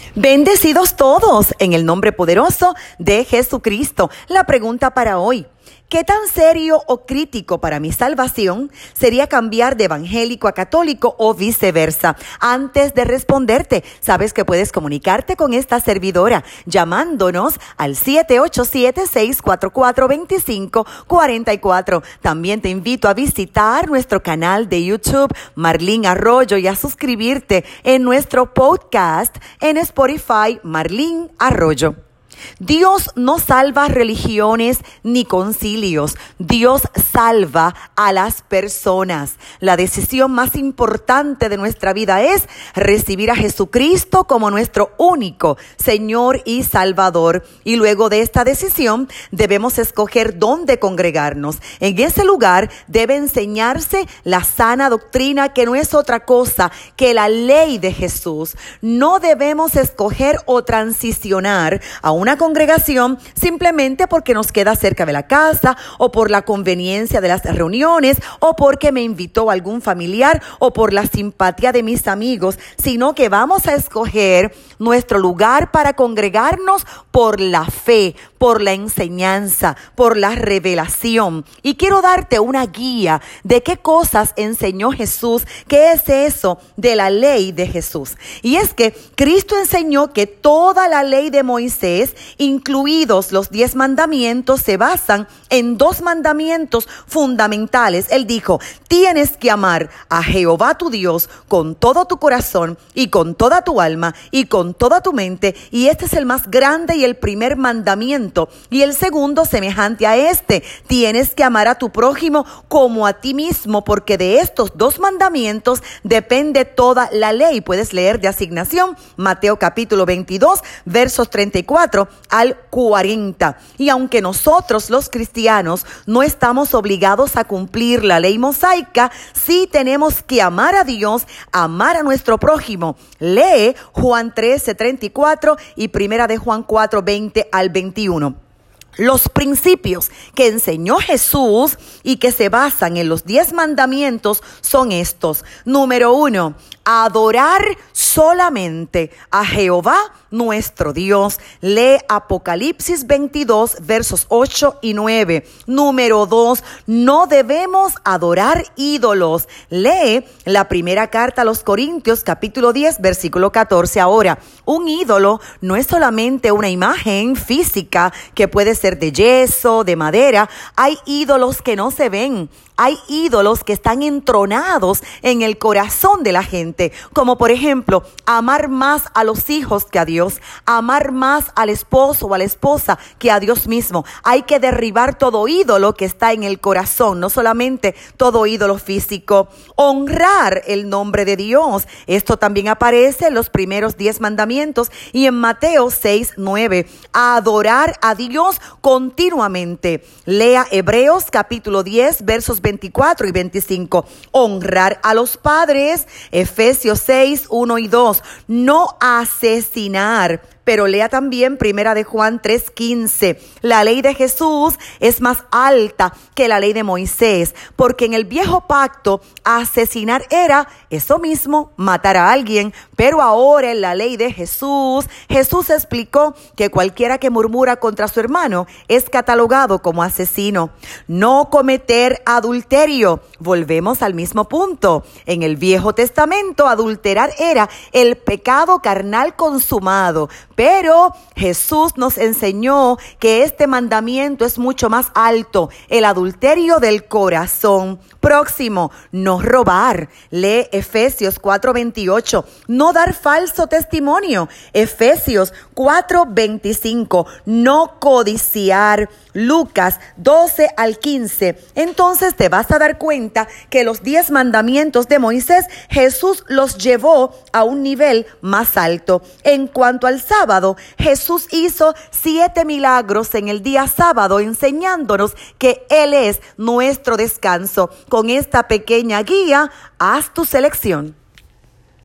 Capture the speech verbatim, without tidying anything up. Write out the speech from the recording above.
Bendecidos todos en el nombre poderoso de Jesucristo. La pregunta para hoy: ¿qué tan serio o crítico para mi salvación sería cambiar de evangélico a católico o viceversa? Antes de responderte, sabes que puedes comunicarte con esta servidora llamándonos al siete ocho siete, seis cuatro cuatro, dos cinco cuatro cuatro. También te invito a visitar nuestro canal de YouTube, Marlene Arroyo, y a suscribirte en nuestro podcast en Spotify, Marlene Arroyo. Dios no salva religiones ni concilios. Dios salva a las personas. La decisión más importante de nuestra vida es recibir a Jesucristo como nuestro único Señor y Salvador. Y luego de esta decisión debemos escoger dónde congregarnos. En ese lugar debe enseñarse la sana doctrina, que no es otra cosa que la ley de Jesús. No debemos escoger o transicionar a una congregación simplemente porque nos queda cerca de la casa, o por la conveniencia de las reuniones, o porque me invitó algún familiar, o por la simpatía de mis amigos, sino que vamos a escoger nuestro lugar para congregarnos por la fe, por la enseñanza, por la revelación. Y quiero darte una guía de qué cosas enseñó Jesús, qué es eso de la ley de Jesús. Y es que Cristo enseñó que toda la ley de Moisés, incluidos los diez mandamientos, se basan en dos mandamientos fundamentales. Él dijo: tienes que amar a Jehová tu Dios con todo tu corazón y con toda tu alma y con toda tu mente. Y este es el más grande y el primer mandamiento. Y el segundo, semejante a este: tienes que amar a tu prójimo como a ti mismo, porque de estos dos mandamientos depende toda la ley. Puedes leer de asignación Mateo capítulo veintidós, versos treinta y cuatro al cuarenta. Y aunque nosotros los cristianos no estamos obligados a cumplir la ley mosaica, sí tenemos que amar a Dios, amar a nuestro prójimo. Lee Juan trece, treinta y cuatro y primera de Juan cuatro, veinte al veintiuno. Los principios que enseñó Jesús y que se basan en los diez mandamientos son estos. Número uno, adorar solamente a Jehová nuestro Dios. Lee Apocalipsis veintidós, versos ocho y nueve. Número dos, no debemos adorar ídolos. Lee la primera carta a los Corintios, capítulo diez, versículo catorce. Ahora, un ídolo no es solamente una imagen física que puede ser de yeso, de madera. Hay ídolos que no se ven. Hay ídolos que están entronados en el corazón de la gente, como por ejemplo, amar más a los hijos que a Dios, amar más al esposo o a la esposa que a Dios mismo. Hay que derribar todo ídolo que está en el corazón, no solamente todo ídolo físico. Honrar el nombre de Dios. Esto también aparece en los primeros diez mandamientos y en Mateo seis, nueve. Adorar a Dios continuamente. Lea Hebreos capítulo diez, versos veinticuatro y veinticinco. Honrar a los padres. Efesios seis, uno y dos. No asesinar. Pero lea también primera de Juan tres, quince. La ley de Jesús es más alta que la ley de Moisés, porque en el viejo pacto asesinar era eso mismo, matar a alguien. Pero ahora en la ley de Jesús, Jesús explicó que cualquiera que murmura contra su hermano es catalogado como asesino. No cometer adulterio. Volvemos al mismo punto. En el Viejo Testamento, adulterar era el pecado carnal consumado. Pero Jesús nos enseñó que este mandamiento es mucho más alto, el adulterio del corazón. Próximo, no robar. Lee Efesios cuatro, veintiocho. No dar falso testimonio. Efesios cuatro, veinticinco. No codiciar. Lucas doce al quince. Entonces te vas a dar cuenta que los diez mandamientos de Moisés, Jesús los llevó a un nivel más alto. En cuanto al sábado, Jesús hizo siete milagros en el día sábado, enseñándonos que Él es nuestro descanso. Con esta pequeña guía, haz tu selección.